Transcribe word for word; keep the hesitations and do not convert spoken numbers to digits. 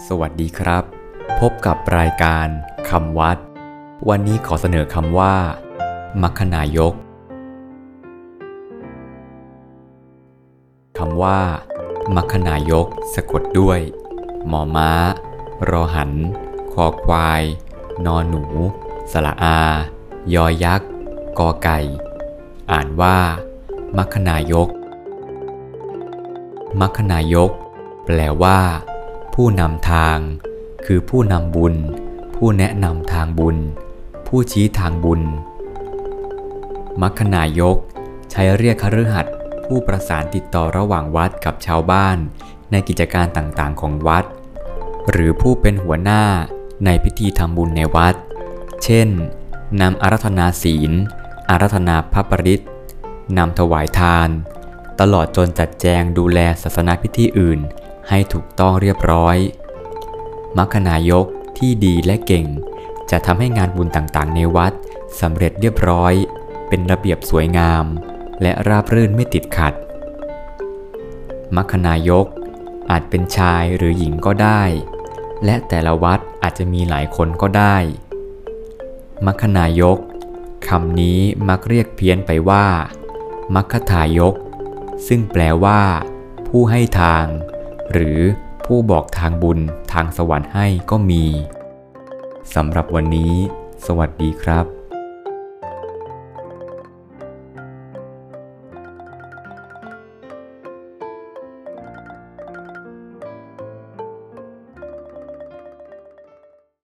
สวัสดีครับพบกับรายการคำวัดวันนี้ขอเสนอคำว่ามัคคณายกคำว่ามัคคณายกสะกดด้วยมอม้ารอหันคอควายนอหนูสระอายอยักษ์กอไก่อ่านว่ามัคคณายกมัคคณายกแปลว่าผู้นำทางคือผู้นำบุญผู้แนะนำทางบุญผู้ชี้ทางบุญมัคคณายกใช้เรียกคฤหัสถ์ผู้ประสานติดต่อระหว่างวัดกับชาวบ้านในกิจการต่างๆของวัดหรือผู้เป็นหัวหน้าในพิธีทำบุญในวัดเช่นนำอาราธนาศีลอาราธนาพระปริตรนำถวายทานตลอดจนจัดแจงดูแลศาสนพิธีอื่นให้ถูกต้องเรียบร้อยมัคคณายกที่ดีและเก่งจะทำให้งานบุญต่างๆในวัดสำเร็จเรียบร้อยเป็นระเบียบสวยงามและราบรื่นไม่ติดขัดมัคคณายกอาจเป็นชายหรือหญิงก็ได้และแต่ละวัดอาจจะมีหลายคนก็ได้มัคคณายกคำนี้มักเรียกเพี้ยนไปว่ามัคคทายกซึ่งแปลว่าผู้ให้ทางหรือผู้บอกทางบุญทางสวรรค์ให้ก็มีสำหรับวันนี้สวัสดีครับ